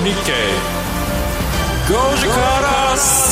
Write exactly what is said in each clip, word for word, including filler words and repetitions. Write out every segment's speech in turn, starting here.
日経ごじから正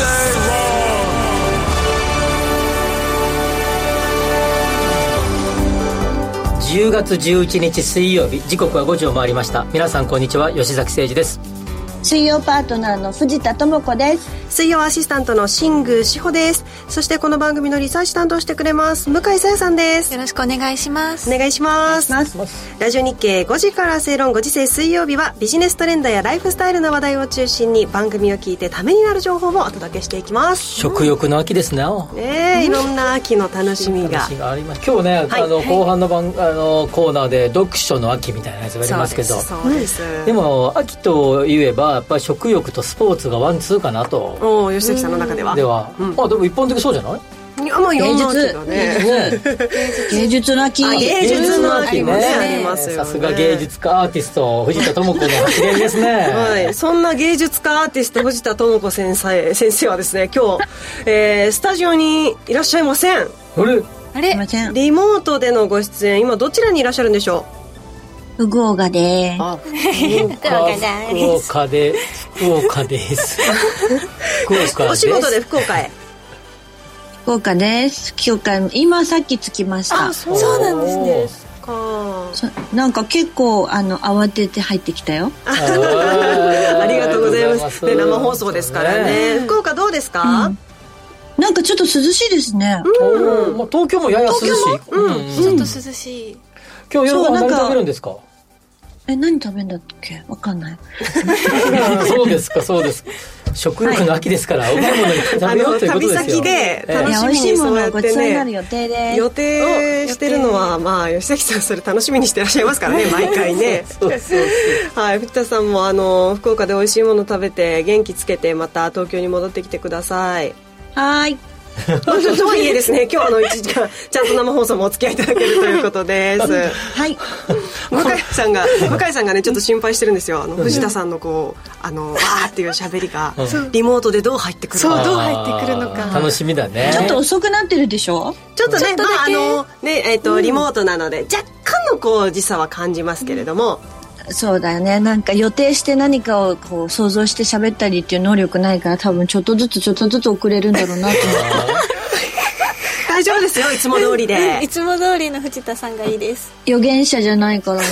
論。じゅうがつじゅういちにち水曜日、時刻はごじを回りました。皆さんこんにちは、吉崎誠二です。 水曜パートナーの藤田智子です。 水曜アシスタントの新宮志保です。そしてこの番組のリサーチ担当してくれます向井沙耶さんです。 よろしくお願いします。 お願いします。ラジオ日経ごじから正論。ご時世水曜日はビジネストレンドやライフスタイルの話題を中心に番組を聞いてためになる情報をお届けしていきます。 食欲の秋ですね。 ねえ、いろんな秋の楽しみが、 楽しみがあります。今日ね、はい、あの後半の番、あのコーナーで読書の秋みたいなやつがありますけど、 そうです、そうです。 でも秋といえばやっぱり食欲とスポーツがワンツーかなと。 お吉崎さんの中ではでは、 うん、あでも一般的そうじゃない？ いや、まあ、芸術、ね、 芸術の秋、 芸術の秋もね、ありますよね。 さすが芸術家アーティスト藤田智子の発言ですね。 はい、そんな芸術家アーティスト藤田智子先生先生はですね、今日、えー、スタジオにいらっしゃいません。 あれあれリモートでのご出演、今どちらにいらっしゃるんでしょう。福岡であ福岡で福岡です福岡です。 お仕事で福岡へ。 福岡です。福岡今さっき着きました。 あ、そう、そうなんですね。 かなんか結構あの慌てて入ってきたよ。 ありがとうございます。で生放送ですからね。福岡どうですか？うん、 なんかちょっと涼しいですね。 うん、 まあ、東京もやや涼しい。 うん、ちょっと涼しい。 今日夜は何食べるんですか？ え、何食べるんだっけ？わかんない。 そうですか、そうです。食欲の秋ですから、はい、お買い物に食べようということですよ。 旅先で楽しみにそうやってね、 予定で予定してるのは、まあ吉崎さんそれ楽しみにしてらっしゃいますからね、毎回ね。 そうそうそうはい、藤田さんもあの福岡で美味しいもの食べて元気つけて、また東京に戻ってきてください。 はい。 とはいえですね、今日のいちじかんちゃんと生放送もお付き合いいただけるということです。 はい。 向井さんが向井さんがねちょっと心配してるんですよ。あの藤田さんのこうあのわーっていう喋りがリモートでどう入ってくるのか。 そう、どう入ってくるのか楽しみだね。 ちょっと遅くなってるでしょ。 ちょっとね、まああのねえっとリモートなので若干のこう時差は感じますけれども。 そうだよね。なんか予定して何かをこう想像して喋ったりっていう能力ないから、多分ちょっとずつちょっとずつ遅れるんだろうなと思って大丈夫ですよ、いつも通りで。 いつも通りの藤田さんがいいです。 予言者じゃないからな。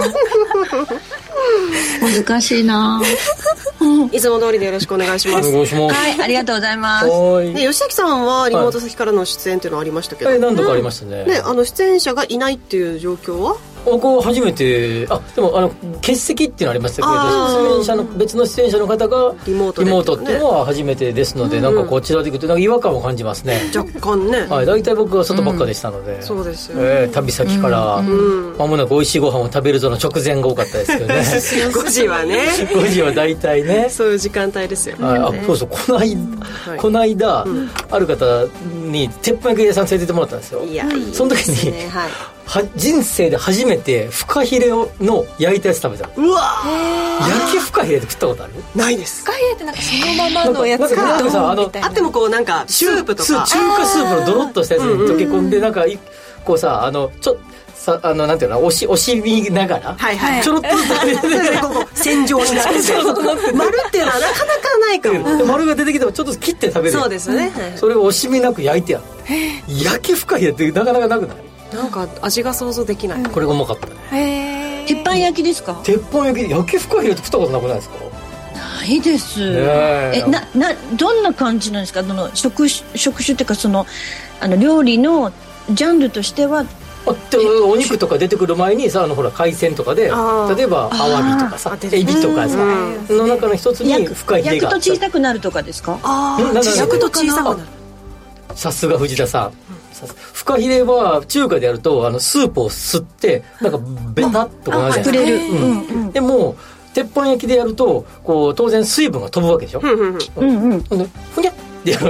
難しいな。 いつも通りでよろしくお願いします。 お願いします。 はい、ありがとうございます。 で吉崎さんはリモート先からの出演っていうのはありましたけど、 はい、何度かありましたね。 ね、あの出演者がいないっていう状況は僕初めて、あでもあの欠席っていうのありましたけど、出演者の別の出演者の方がリモートで、ね、リモートっていうのは初めてですので、うん、なんかこちらで行くとなんか違和感を感じますね。 若干ね。 はい、大体僕は外ばっかでしたので、 うん、そうですよ、ね。 えー、旅先から間もなく美味しいご飯を食べるぞの直前が多かったですけどね。 ごじはね。 ごじは大体ね。 そういう時間帯ですよね。 はい、あそうそう、この間、はい、この間、うん、ある方に鉄板焼き屋さん連れてってもらったんですよ。 いや、いいですね。 その時に、はいは人生で初めてフカヒレの焼いたやつ食べた。 うわ焼きフカヒレって食ったことある？ ないです。 フカヒレってなんかそのままのやつがなんかさ、あのあってもこうなんかスープとか中華スープのドロッとしたやつに溶け込んで、なんかこうさ、あのちょさあのなんていうの、押し押しみながら、 はいはい、 ちょろっと食べてここ線状になって丸っていうのはなかなかないかも。 丸が出てきてもちょっと切って食べる。 そうですね。 それを惜しみなく焼いてやる。焼きフカヒレってなかなかなくない？ なんか味が想像できない、うん、 これがうまかったね。鉄板焼きですか？ 鉄板焼き焼きフカヒレって食ったことなくないですか？ ないです。えななどんな感じなんですか？どの食食種っていうか、そのあの料理のジャンルとしては。 あってお肉とか出てくる前にさ、あのほら海鮮とかで例えばアワビとかさエビとかさの中の一つにフカヒレが焼くと小さくなるとかですか？ ああ、焼くと小さくなる。 さすが藤田さん。フカヒレは中華でやるとあのスープを吸ってなんかベタっとこうなるじゃないですか、うんうんうん、でも鉄板焼きでやるとこう当然水分が飛ぶわけでしょ、うんうんうん、ふにゃっっていう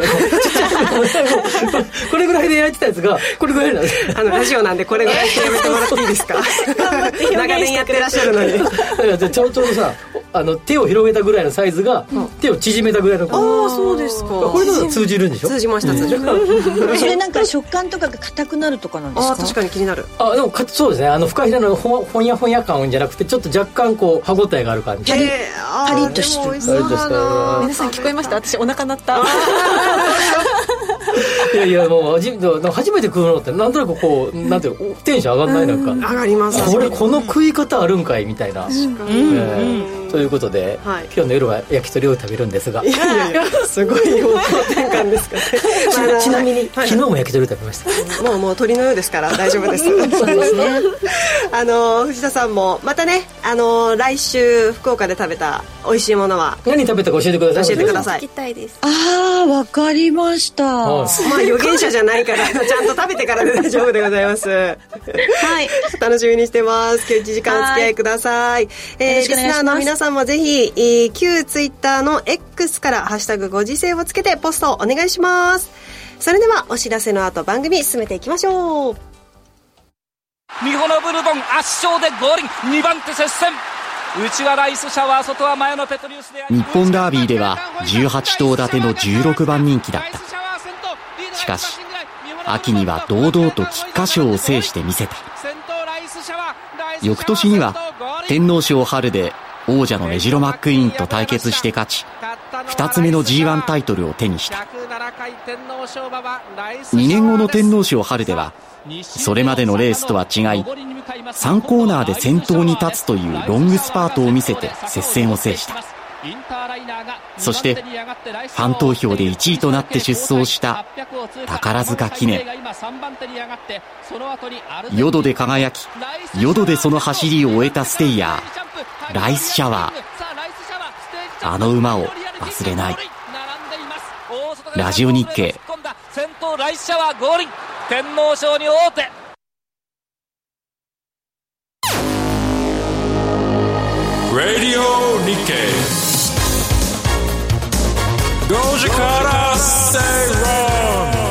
これぐらいでやってたやつがこれぐらいなんです。 あのラジオなんでこれぐらい広めてもらっていいですか長年やってらっしゃるのにだからちょうどさあの手を広げたぐらいのサイズが、うん、手を縮めたぐらいの。 ああそうですか。 これなら通じるんでしょ。 通じました通じましたそれなんか食感とかが硬くなるとかなんですか。 あ確かに気になる。 あでもかそうですね。あのフカヒレのほほにゃほにゃ感じゃなくてちょっと若干こう歯応えがある感じ。 パリッパリッとしてる。 皆さん聞こえました。私お腹鳴ったいやいやもう初めて初めて食うのってなんとなくこうなんていうのテンション上がんないなんか上がります。 これこの食い方あるんかいみたいな、うんえー、ということで、はい、今日の夜は焼き鳥を食べるんですがいやいやいやすごい方向転換ですかねち, ちなみに、はい、昨日も焼き鳥食べましたもうもう鳥のようですから大丈夫ですそうですねあの藤田さんもまたねあの来週福岡で食べた美味しいものは何食べたか教えてください。 教えてください。 聞きたいです。 ああわかりました。 まあ預言者じゃないからちゃんと食べてからで大丈夫でございますはい楽しみにしてます。今日いちじかんお付き合いください。えー、リスナーの皆さんもぜひ、えー、旧ツイッターの X からハッシュタグご時世をつけてポストをお願いします。それではお知らせの後番組進めていきましょう。 ミホノブルボン圧勝でゴールにばん手接戦。内はライスシャワー外は前のペトリウスで日本ダービーではじゅうはち頭立てのじゅうろくばん人気だった。しかし秋には堂々と菊花賞を制してみせた。翌年には天皇賞春で王者のメジロマックイーンと対決して勝ちふたつめの ジーワン タイトルを手にした。にねんごの天皇賞春ではそれまでのレースとは違いさんコーナーで先頭に立つというロングスパートを見せて接戦を制した。そしてファン投票でいちいとなって出走した宝塚記念。淀で輝き淀でその走りを終えたステイヤーライスシャワー、あの馬を忘れない。ラジオ日経。 先頭ライスシャワーゴールイン。天皇賞に王手。 ラディオ日経ごじから正論。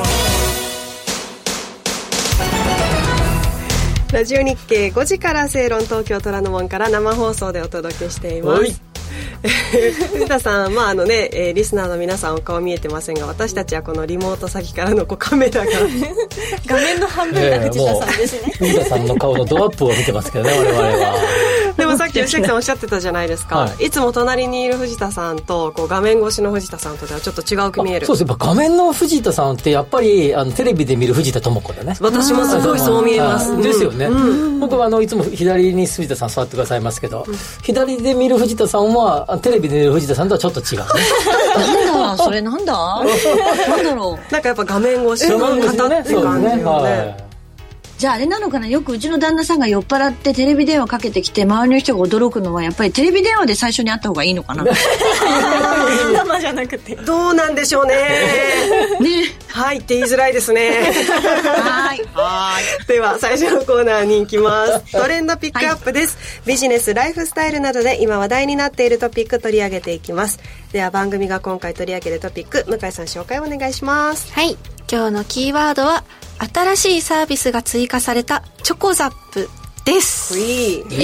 ラジオ日経ごじから正論、東京虎ノ門から生放送でお届けしています。藤田さん、まああのねえー、リスナーの皆さんお顔見えてませんが私たちはこのリモート先からのこうカメラが画面の半分が藤田さんですね、 えー、藤田さんの顔のドアップを見てますけどね我々はでもさっき吉崎さんおっしゃってたじゃないですか、はい、いつも隣にいる藤田さんとこう画面越しの藤田さんとではちょっと違うく見える。 そうですね、画面の藤田さんってやっぱりあのテレビで見る藤田智子だね。 私もすごいそう見えます、 うん、ですよね、うん、僕はあのいつも左に藤田さん座ってくださいますけど、うん、左で見る藤田さんはテレビで見る藤田さんとはちょっと違うねなんだそれなんだなんだろうなんかやっぱ画面越しの方って感じよね、はい、 じゃああれなのかな、よくうちの旦那さんが酔っ払ってテレビ電話かけてきて周りの人が驚くのはやっぱりテレビ電話で最初に会った方がいいのかな生じゃなくてどうなんでしょうねねはいって言いづらいですねはいはいでは最初のコーナーに行きますトレンドピックアップです、はい、ビジネスライフスタイルなどで今話題になっているトピック取り上げていきます。では番組が今回取り上げるトピック、向井さん紹介お願いします。 はい、今日のキーワードは新しいサービスが追加されたチョコザップです。 いい、 はい、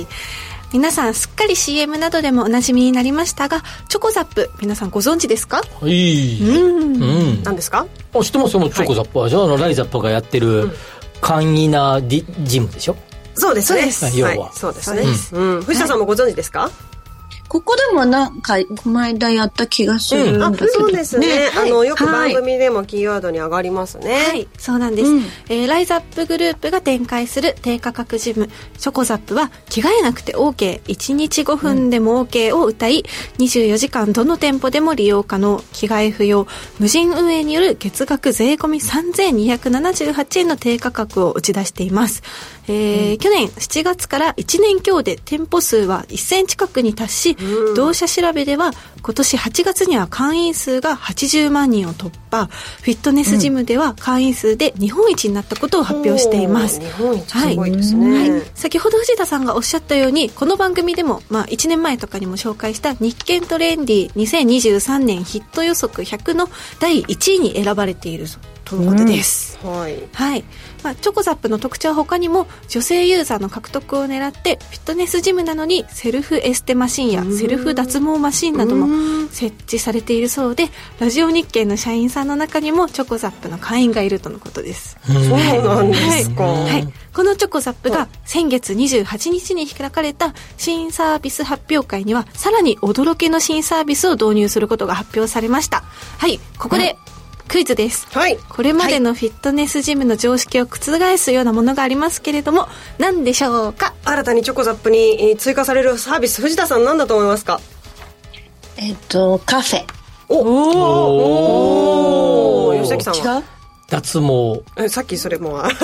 皆さんすっかり シーエム などでもおなじみになりましたが、チョコザップ皆さんご存知ですか？ はい、うん、 うん、何ですか？ あ、知ってますよ。チョコザップは、はい、じゃあのライザップがやってる、うん、簡易なディジムでしょ。 そうですね、 要は、 はい、そうですね、うんうん、藤田さんもご存知ですか？はい、 ここでもなんかこの間やった気がするんだけど、うん、 そうですね、ね、はい、あのよく番組でもキーワードに上がりますね。 はい、そうなんです、うん、えー、ライザップグループが展開する低価格ジムチョコザップは着替えなくて オーケー、いちにちごふんでも オーケー を謳い、にじゅうよじかんどの店舗でも利用可能、着替え不要、無人運営による月額税込みさんぜんにひゃくななじゅうはちえんの低価格を打ち出しています。えーうん、去年しちがつからいちねん強で店舗数はせん近くに達し、 うん、同社調べでは今年はちがつには会員数がはちじゅうまんにんを突破、フィットネスジムでは会員数で日本一になったことを発表しています。 日本一すごいですね、はいはい、 先ほど藤田さんがおっしゃったように、この番組でも、まあ、いちねんまえとかにも紹介した日経トレンディにせんにじゅうさんねんヒット予測ひゃくのだいいちいに選ばれているとのことです、 うん、はい、 はいまあ、チョコザップの特徴は他にも女性ユーザーの獲得を狙ってフィットネスジムなのにセルフエステマシンやセルフ脱毛マシンなども設置されているそうで、ラジオ日経の社員さんの中にもチョコザップの会員がいるとのことです。 そうなんですか、 はいはい、このチョコザップが先月にじゅうはちにちに開かれた新サービス発表会にはさらに驚きの新サービスを導入することが発表されました。はい、ここで、うんクイズです、 はい、 これまでのフィットネスジムの常識を覆すようなものがありますけれども、何でしょうか。 新たにチョコザップに追加されるサービス、藤田さん何だと思いますか。 えっとカフェ。 おおお吉崎さんは違う脱毛。 えさっきそれもある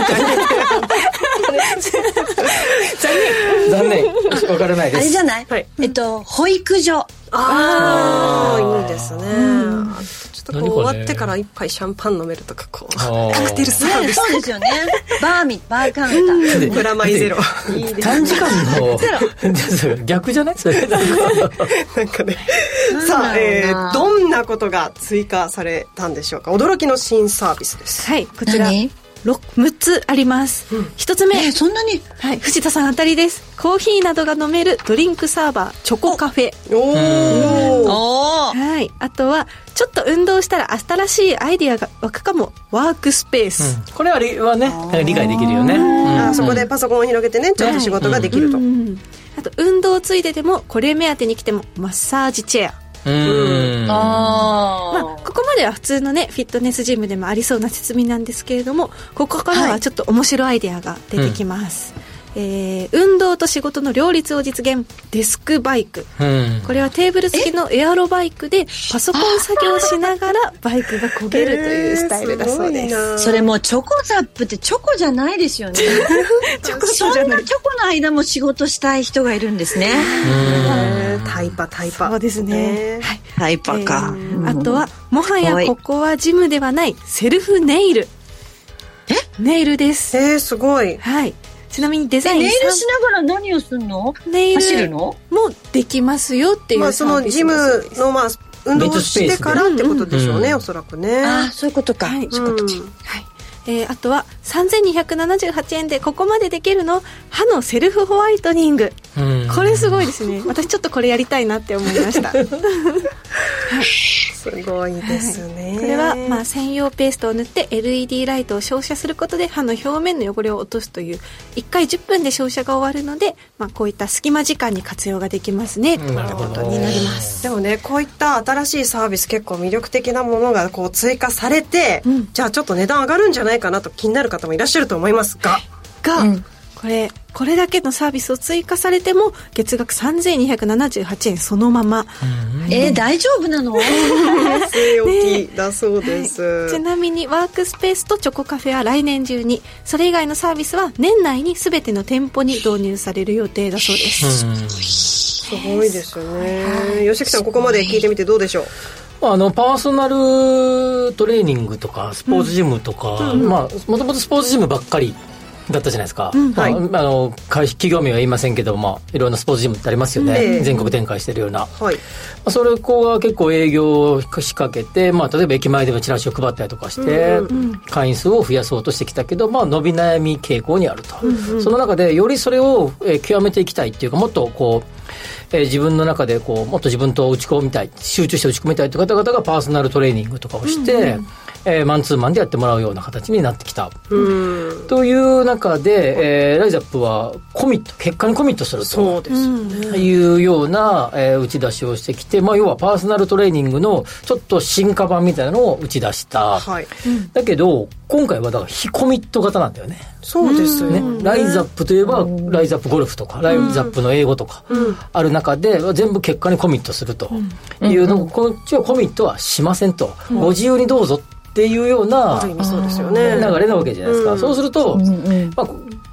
残念わからないです。 あれじゃない、はい、えっと保育所。 ああいいですね、うんちょっとこう終わってから一杯シャンパン飲めるとかこうカクテルサービス、 そうですよね。バーミバーカウンタープラマイゼロいいです、ね、 短時間の逆じゃないそれなんかなんかねさあ、えー、どんなことが追加されたんでしょうか。驚きの新サービスです。 はい、こちらむっつあります、うん、ひとつめ、 えー、そんなに、 はい、藤田さん当たりです。コーヒーなどが飲めるドリンクサーバーチョコカフェ。 おお、はい、あとはちょっと運動したら新しいアイディアが湧くかもワークスペース、 うん、これはね理解できるよね、うん、 あそこでパソコンを広げてねちょっと仕事ができると、 はいうんうん、あと運動ついででもこれ目当てに来てもマッサージチェア。 うんあまあ、ここまでは普通のねフィットネスジムでもありそうな設備なんですけれども、ここからはちょっと面白いアイデアが出てきます、はいえー、運動と仕事の両立を実現デスクバイク、うん、これはテーブル付きのエアロバイクでパソコン作業しながらバイクが漕げるというスタイルだそうです、えー、 それもうチョコザップってチョコじゃないですよねチョコそんなチョコの間も仕事したい人がいるんですね。 うんタイパタイパそうですね、 はい、タイパか、 えー、あとはもはやここはジムではないセルフネイル。 えネイルです。 えー、すごい。 はい。ちなみにデザインネイルしながら何をするの？ ネイル走るのもできますよっていうサービス、 まあ、そのジムのまあ運動してからってことでしょうね、 うん、 おそらくね。 ああそういうことか、 はい、 そういうことか、 うんはいえー、あとはさんぜんにひゃくななじゅうはちえんでここまでできるの歯のセルフホワイトニング、うん、これすごいですね。私ちょっとこれやりたいなって思いました、はい、 すごいですね、 はい、これはまあ専用ペーストを塗って エルイーディー ライトを照射することで歯の表面の汚れを落とすといういっかいじゅっぷんで照射が終わるので、まあ、こういった隙間時間に活用ができますね、うん、ということになります。 でもねこういった新しいサービス結構魅力的なものがこう追加されて、うん、じゃあちょっと値段上がるんじゃないかなと気になる方もいらっしゃると思いますがが、うん、これこれだけのサービスを追加されても月額さんぜんにひゃくななじゅうはちえんそのまま、 うん、えー、大丈夫なの？ 据え置きだそうです、 はい、ちなみにワークスペースとチョコカフェは来年中に、それ以外のサービスは年内に全ての店舗に導入される予定だそうです、 うん、すごいですよね、はい、吉木さんここまで聞いてみてどうでしょう？ あのパーソナルトレーニングとかスポーツジムとか、うんまあ、もともとスポーツジムばっかりだったじゃないですか、うんまあはい、あの企業名は言いませんけど、まあ、いろんなスポーツジムってありますよね、えー、全国展開してるような、はいまあ、それこが結構営業を仕掛けて、まあ、例えば駅前でもチラシを配ったりとかして、うんうん、会員数を増やそうとしてきたけど、まあ、伸び悩み傾向にあると、うんうん、その中でよりそれを、えー、極めていきたいっていうかもっとこうえー、自分の中でこうもっと自分と打ち込みたい集中して打ち込みたいという方々がパーソナルトレーニングとかをして、うんうんえー、マンツーマンでやってもらうような形になってきたうんという中で、えー、ライザップはコミット結果にコミットするとそうです、ね、 いうような、えー、打ち出しをしてきて、まあ、要はパーソナルトレーニングのちょっと進化版みたいなのを打ち出した、はい、だけど今回はだから非コミット型なんだよね。 そうですね。 ライザップといえばライザップゴルフとかライザップの英語とかある中で全部結果にコミットするというのをこっちはコミットはしませんと、ご自由にどうぞっていうような流れなわけじゃないですか、うん、そうすると、うんうんまあ、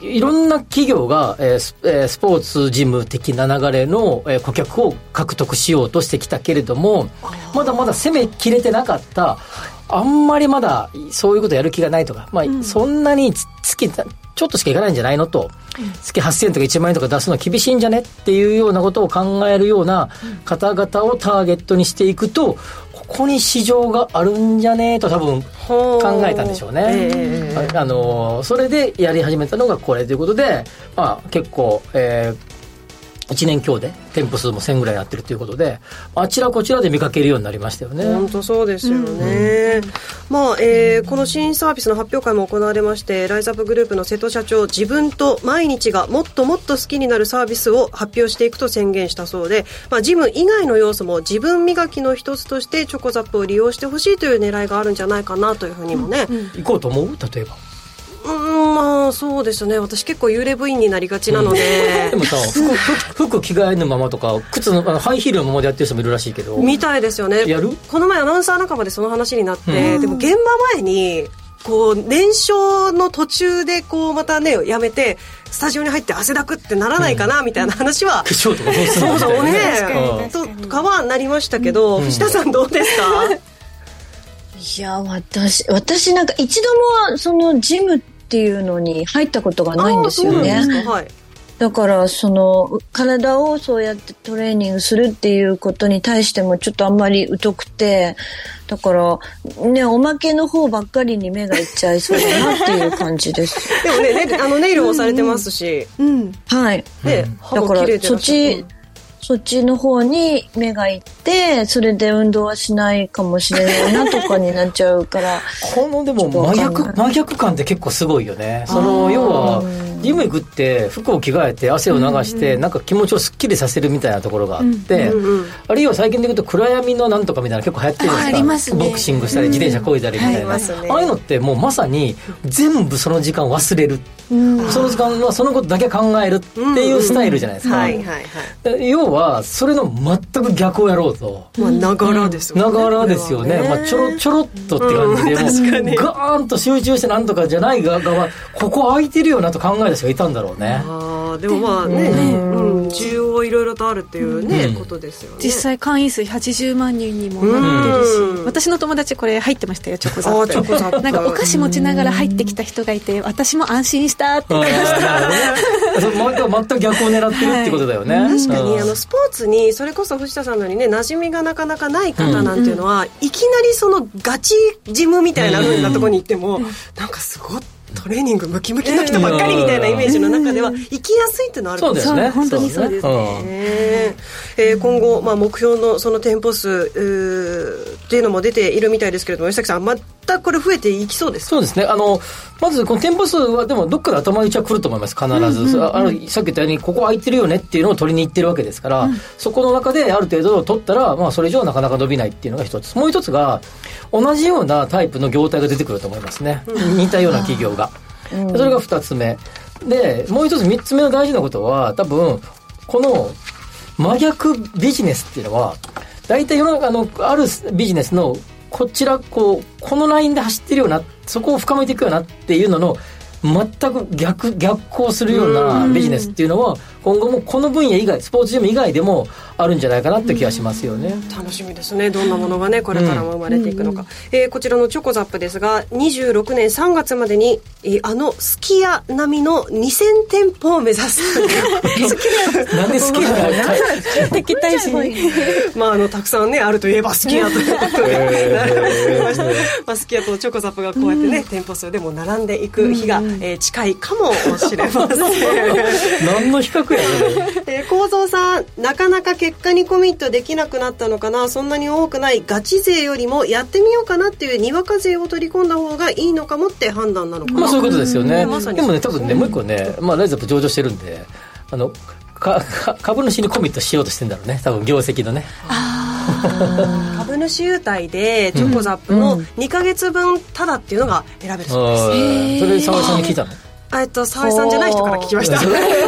いろんな企業が、えースえー、スポーツジム的な流れの、えー、顧客を獲得しようとしてきたけれども、まだまだ攻めきれてなかった、あんまりまだそういうことやる気がないとか、まあ、うん、そんなに月ちょっとしかいかないんじゃないのと、うん、月はっせんえんとかいちまんえんとか出すのは厳しいんじゃねっていうようなことを考えるような方々をターゲットにしていくと、ここに市場があるんじゃねえと多分考えたんでしょうね、えー、あのそれでやり始めたのがこれということで、まあ、結構、えーいちねん強で店舗数もせんぐらいやってるということで、あちらこちらで見かけるようになりましたよね。 本当そうですよね、うん、まあえー、この新サービスの発表会も行われまして、ライズアップグループの瀬戸社長、自分と毎日がもっともっと好きになるサービスを発表していくと宣言したそうで、まあ、ジム以外の要素も自分磨きの一つとしてチョコザップを利用してほしいという狙いがあるんじゃないかなというふうにもね、 うんうん、行こうと思う。例えばうん、まあそうですね、私結構幽霊部員になりがちなので、 うん、でもさ服, 服着替えぬままとか靴のあのハイヒールのままでやってる人もいるらしいけど、 みたいですよね。 やる？ この前アナウンサー仲間でその話になって、うん、でも現場前にこう燃焼の途中でこうまたねやめてスタジオに入って汗だくってならないかな、うん、みたいな話は、 化粧とかどうするのみたいなね、そうそうねとかはなりましたけど、うん、藤田さんどうですか？ いや私私なんか一度もそのジムっていうのに入ったことがないんですよね。はい、だからその体をそうやってトレーニングするっていうことに対してもちょっとあんまり疎くて、だからねおまけの方ばっかりに目がいっちゃいそうだなっていう感じです。 でもね、ねあのネイルもされてますし、 うんうん、はい、ね、だからそっちそっちの方に目がいってそれで運動はしないかもしれないなとかになっちゃうからこのでも真逆真逆感って結構すごいよね。その要はジム行くって服を着替えて汗を流して、うんうん、なんか気持ちをすっきりさせるみたいなところがあって、うんうん、あるいは最近で言うと暗闇のなんとかみたいな結構流行ってるじゃないですか。ありますね。ボクシングしたり自転車漕いだりみたいな、うんはい、ああいうのってもうまさに全部その時間忘れる、うん、その時間はそのことだけ考えるっていうスタイルじゃないですか、うんうんはいはいはい、要はそれの全く逆をやろうと、 まあ、ながらですよね。 ながらですよね、まあ、ちょろちょろっとって感じで、うん、もうガーンと集中してなんとかじゃない側はここ空いてるよなと考える人がいたんだろうね。 あでもまあね、うんうん、需要はいろいろとあるっていうね、うん、ことですよね。 実際会員数はちじゅうまんにんにもなってるし、うん、私の友達これ入ってましたよ、チョコザップ。あチョコザップなんかお菓子持ちながら入ってきた人がいて、私も安心したって言いました全く逆を狙ってるってことだよね、はい、 確かにあのスポーツにそれこそ藤田さんのようにね馴染みがなかなかない方なんていうのは、うん、いきなりそのガチジムみたいな風なところに行っても、うん、なんかすごいトレーニングムキムキの人ばっかりみたいなイメージの中では行きやすいっていうのはあるんですよね。 本当にそうですね。 えー、今後、まあ、目標のその店舗数っていうのも出ているみたいですけれども、吉崎さんまたこれ増えていきそうですか？ そうですね。あのまずこの店舗数はでもどっかで頭打ちは来ると思います。必ず、うんうんうん、あのさっき言ったようにここ空いてるよねっていうのを取りに行ってるわけですから、うん、そこの中である程度取ったら、まあ、それ以上なかなか伸びないっていうのが一つ。もう一つが同じようなタイプの業態が出てくると思いますね、うん、似たような企業が。それがふたつめで、もう一つみっつめの大事なことは、多分この真逆ビジネスっていうのは大体世の中のあるビジネスのこちらこうこのラインで走ってるような、そこを深めていくようなっていうのの全く逆逆行するようなビジネスっていうのは今後もこの分野以外、スポーツジム以外でもあるんじゃないかなって気がしますよね。 楽しみですね。どんなものがねこれからも生まれていくのか、うんえー、こちらのチョコザップですがにじゅうろくねんさんがつまでに、えー、あのすき家並みのにせんてんぽを目指すなんで好きなの敵対心まああのたくさんねあるといえばすき家ということでまあすき家とチョコザップがこうやってね、うん、店舗数でも並んでいく日が、うんえー、近いかもしれません何の比較やねえー、構造さんなかなか結果にコミットできなくなったのかな、そんなに多くないガチ勢よりもやってみようかなっていうにわか勢を取り込んだ方がいいのかもって判断なのかな。 まあそういうことですよね、ま、でもね多分ねもう一個ね、まあ、ライズアップ上場してるんであのかか株主にコミットしようとしてるんだろうね多分業績のね。 あ株主優待でチョコザップのにかげつぶんタダっていうのが選べるそうです、 うん、それ澤井さんに聞いたの？ えっと澤井さんじゃない人から聞きました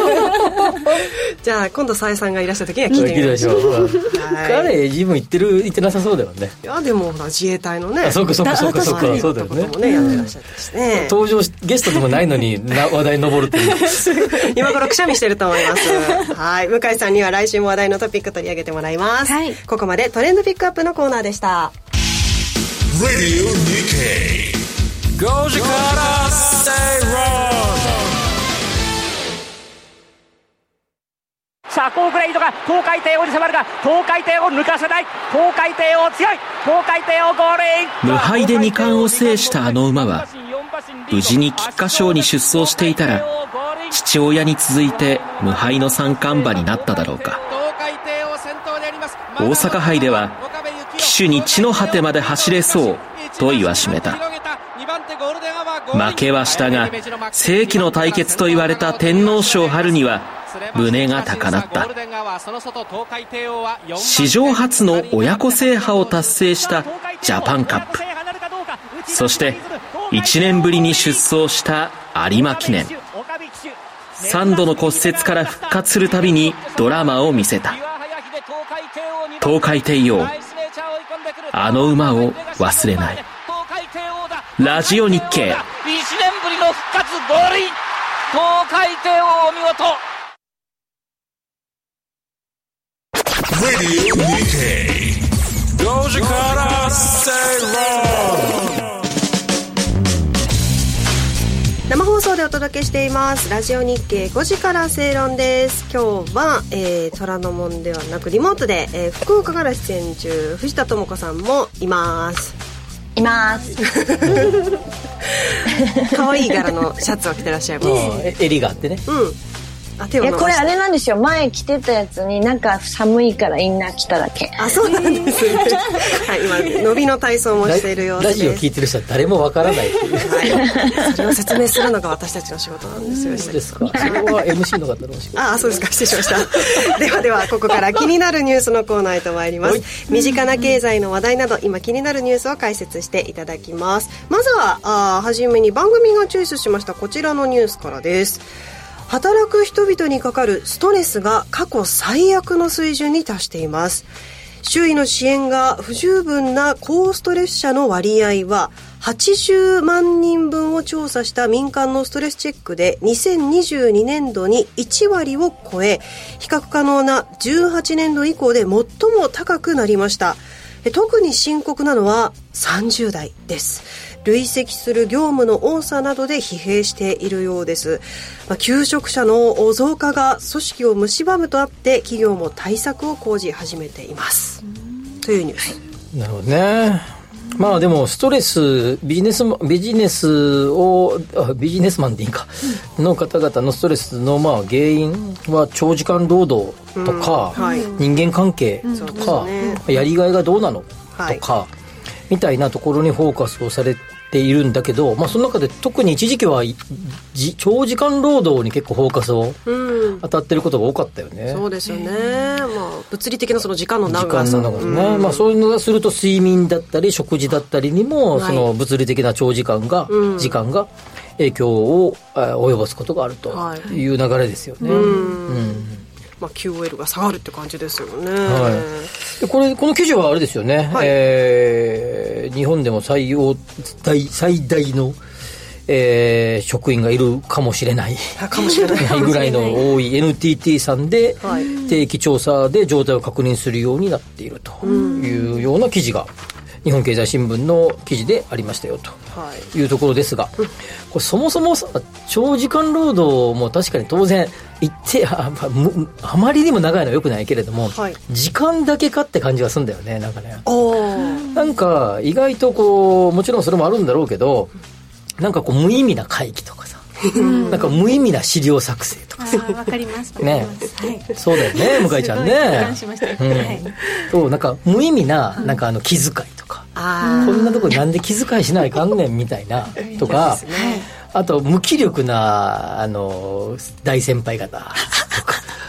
じゃあ今度沙江さんがいらした時には聞いてみましょう。 う彼ジム行ってる行ってなさそうだよね。 いやでも自衛隊のね、 あそうかそうかそうかそうかそうだよね。 もねやってらっしゃったしね。 登場しゲストでもないのにな話題に上るっていう今頃くしゃみしてると思います。はい、向井さんには来週も話題のトピック取り上げてもらいます。はい、ここまでトレンドピックアップのコーナーでした。 Radio Nikkeiごじから Stay Wrong。 さあ高グレイドが東海帝王に迫るが東海帝王を抜かせない。東海帝王強い。東海帝王ゴールイン。 無敗で二冠を制したあの馬は無事に菊花賞に出走していたら父親に続いて無敗の三冠馬になっただろうか。大阪杯では騎手に地の果てまで走れそうと言わしめた。負けはしたが世紀の対決と言われた天皇賞春には胸が高鳴った。史上初の親子制覇を達成したジャパンカップ、そしていちねんぶりに出走した有馬記念。さんどの骨折から復活するたびにドラマを見せた。東海帝王、あの馬を忘れない。ラジオ日経。 いちねんぶりの復活ゴールイン。東海帝王お見事。 Radio Nikkeiごじから Stay Wrong。 生放送でお届けしていますラジオ日経ごじから正論です。今日は、えー、虎ノ門ではなくリモートで、えー、福岡から出演中藤田智子さんもいますいます可愛い柄のシャツを着てらっしゃいます。 襟があってね、 うん、あ手を伸ばして。 いやこれあれなんですよ、前着てたやつになんか寒いからインナー着ただけ。 あ、そうなんですねはい、今伸びの体操もしている様子です。 ラジオ聞いてる人は誰もわからないっていう、 はい、それを説明するのが私たちの仕事なんですよ。 そうですか。それは エムシー の方のお仕事。 ああ、そうですか、失礼しましたではではここから気になるニュースのコーナーへと参ります。身近な経済の話題など今気になるニュースを解説していただきます。まずはあはじめに番組がチョイスしましたこちらのニュースからです。働く人々にかかるストレスが過去最悪の水準に達しています。周囲の支援が不十分な高ストレス者の割合ははちじゅうまんにんぶんを調査した民間のストレスチェックでにせんにじゅうにねんどにいちわりを超え、比較可能なじゅうはちねんど以降で最も高くなりました。特に深刻なのはさんじゅうだいです。累積する業務の多さなどで疲弊しているようです。まあ、求職者の増加が組織を蝕むとあって企業も対策を講じ始めていますというニュース。 なるほどね。まあでもストレスビジネスビジネスをビジネスマンでいいかの方々のストレスのまあ原因は長時間労働とか、うんはい、人間関係とか、うん、やりがいがどうなの、はい、とかみたいなところにフォーカスをされているんだけど、まあ、その中で特に一時期はじ長時間労働に結構フォーカスを当たってることが多かったよね、 うん、そうですよね、まあ、物理的なその時間の長さ、 時間の長さね、うんまあ、そういうのがすると睡眠だったり食事だったりにもその物理的な長時間が、はい、時間が影響を及ぼすことがあるという流れですよね、はいうんうんまあ、キューオーエル が下がるって感じですよね、 はい、でこれこの記事はあれですよね、はいえー、日本でも最大大最大の、えー、職員がいるかもしれないかもしれないぐらいの多い エヌティーティー さんで定期調査で状態を確認するようになっているというような記事が日本経済新聞の記事でありましたよというところですが、これそもそもさ長時間労働も確かに当然一定 あ, あまりにも長いのは良くないけれども、はい、時間だけかって感じがするんだよね。なんかねなんか意外とこうもちろんそれもあるんだろうけどなんかこう無意味な会議とかさなんか無意味な資料作成とかさわかりますね、はい、そうだよね向井ちゃんねしました、うんはい、そうなんか無意味ななんかあの気遣いとか、うん、こんなとこになんで気遣いしないかんねんみたいなとか、あと無気力なあの大先輩方とか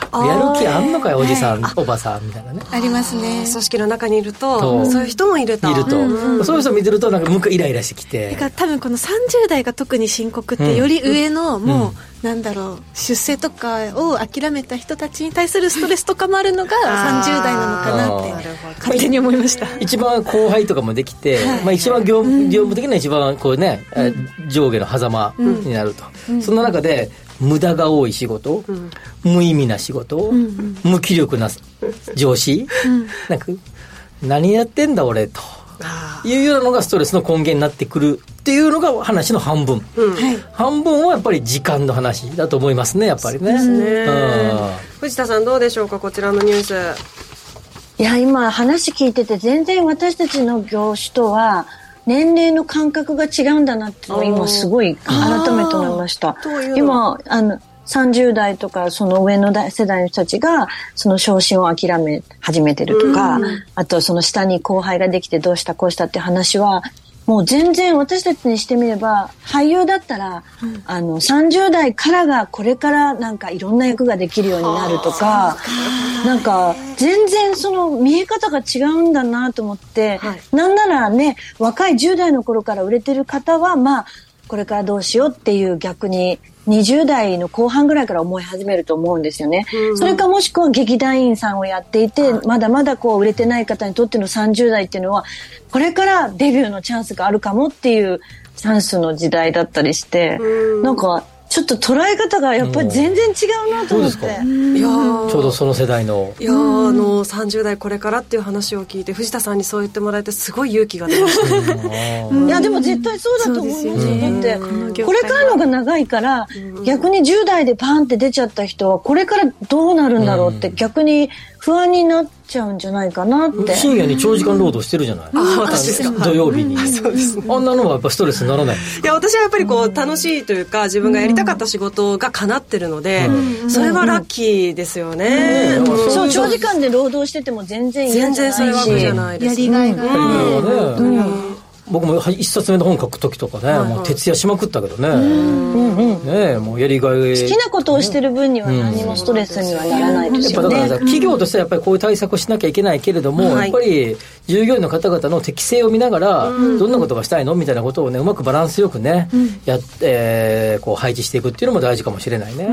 やる気あんのかよおじさん、はい、おばさんみたいなねありますね。 組織の中にいるとそういう人もいるといると、うんうん、そういう人見てるとなんかムカイライラしてきて、 だから多分このさんじゅう代が特に深刻って、より上の、うん、もう、うん、なんだろう出世とかを諦めた人たちに対するストレスとかもあるのがさんじゅう代なのかなって勝手に思いました。 一番後輩とかもできて、はい、まあ、一番業務、業務的な一番こうね、うん、上下の狭間になると、うん、そんな中で無駄が多い仕事、うん、無意味な仕事、うん、無気力な上司、うん、なんか何やってんだ俺というようなのがストレスの根源になってくるっていうのが話の半分、うん、半分はやっぱり時間の話だと思いますね、やっぱりね。そうですね。 藤田さんどうでしょうか、こちらのニュース。 いや今話聞いてて全然私たちの業種とは年齢の感覚が違うんだなっていうのを今すごい改めて思いました。今あのさんじゅう代とかその上の世代の人たちがその昇進を諦め始めてるとか、うん、あとその下に後輩ができてどうしたこうしたって話はもう全然私たちにしてみれば俳優だったら、うん、あのさんじゅう代からがこれからなんかいろんな役ができるようになるとか、なんか全然その見え方が違うんだなと思って、はい、なんならね若いじゅう代の頃から売れてる方はまあこれからどうしようっていう逆ににじゅう代の後半ぐらいから思い始めると思うんですよね、うん、それかもしくは劇団員さんをやっていてまだまだこう売れてない方にとってのさんじゅう代っていうのはこれからデビューのチャンスがあるかもっていうチャンスの時代だったりして、うん、なんかちょっと捉え方がやっぱり全然違うなと思って、うん、 いやちょうどその世代のいや、うん、あのさんじゅう代これからっていう話を聞いて藤田さんにそう言ってもらえてすごい勇気が出ましたうん、いやでも絶対そうだと思いますよ、だってこれからのが長いから、うん、逆にじゅう代でパンって出ちゃった人はこれからどうなるんだろうって逆に不安になっちゃうんじゃないかなって。 深夜に長時間労働してるじゃない、うん、 あ私ですか土曜日に、 あそうですね、 あんなのはやっぱストレスにならないんですか。 いや私はやっぱりこう楽しいというか自分がやりたかった仕事が叶ってるので、うん、それはラッキーですよね、 うんうん、そう長時間で労働してても全然嫌じゃないし全然それはじゃないです、 やりがいがね、 うんうん、僕も一冊目の本書く時とかね、はいはい、もう徹夜しまくったけどね、うんうん、ねもうやりがい好きなことをしてる分には何もストレスにはならないですよね、 やっぱだから企業としてはやっぱりこういう対策をしなきゃいけないけれども、うん、やっぱり従業員の方々の適性を見ながら、うん、どんなことがしたいのみたいなことをねうまくバランスよくね、うん、やって、えー、こう配置していくっていうのも大事かもしれないね、うん、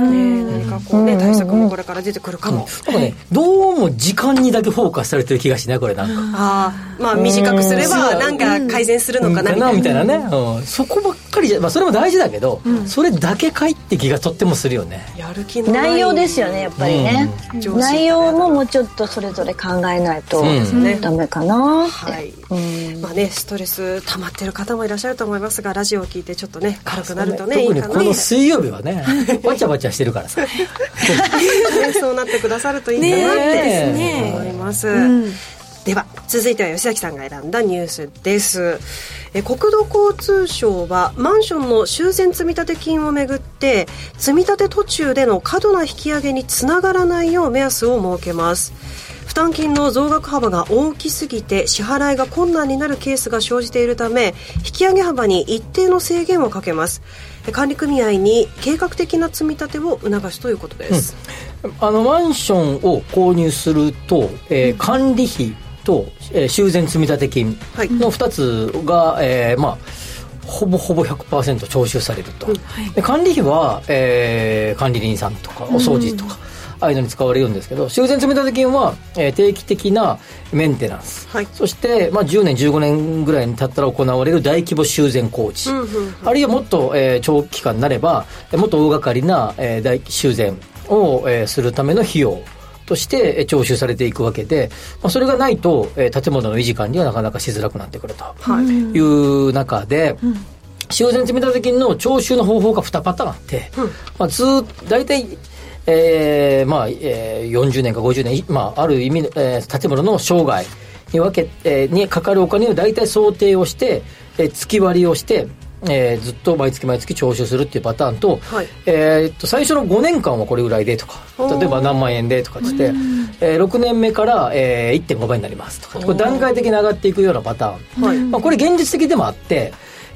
何かこうね対策もこれから出てくるかも、うん、 でもねどうも時間にだけフォーカスされてる気がしないこれなんか、うん、 あまあ短くすればなんか改善するのかなみたいな、 みたいなね、うん、そこばっかりじゃ、まあ、それも大事だけど、うん、それだけかいって気がとってもするよね。 やる気のない内容ですよねやっぱりね、うん、内容ももうちょっとそれぞれ考えないと、うん、ダメかなって、はいうんまあね、ストレス溜まってる方もいらっしゃると思いますがラジオを聞いてちょっとね軽くなるとねいいかな。 特にこの水曜日はねバチャバチャしてるからさそうなってくださるといいかなって思います、うんでは続いては吉崎さんが選んだニュースです。え国土交通省はマンションの修繕積立金をめぐって積み立て途中での過度な引き上げにつながらないよう目安を設けます。負担金の増額幅が大きすぎて支払いが困難になるケースが生じているため引き上げ幅に一定の制限をかけます。管理組合に計画的な積み立てを促すということです、 うん、あのマンションを購入すると、えー、管理費と、えー、修繕積立金のふたつが、はいえーまあ、ほぼほぼ ひゃくパーセント 徴収されると、うんはい、で管理費は、えー、管理人さんとかお掃除とか、うん、ああいうのに使われるんですけど修繕積立金は、えー、定期的なメンテナンス、はい、そして、まあ、じゅうねんじゅうごねんぐらいに経ったら行われる大規模修繕工事、うんうんうん、あるいはもっと、えー、長期間になればもっと大掛かりな、えー、大修繕を、えー、するための費用として徴収されていくわけで、まあ、それがないと、えー、建物の維持管理はなかなかしづらくなってくるという中で、うん、修繕積立金の徴収の方法がにパターンあって、うんまあ、ずっと大体、えーまあえー、よんじゅうねんかごじゅうねん、まあ、ある意味、えー、建物の生涯に分け、えー、にかかるお金を大体想定をして、えー、月割りをしてえー、ずっと毎月毎月徴収するっていうパターンと、はいえー、っと最初のごねんかんはこれぐらいでとか例えば何万円でとかつって、えー、ろくねんめから、えー、いってんごばいになりますとかこれ段階的に上がっていくようなパターン、はいまあ、これ現実的でもあって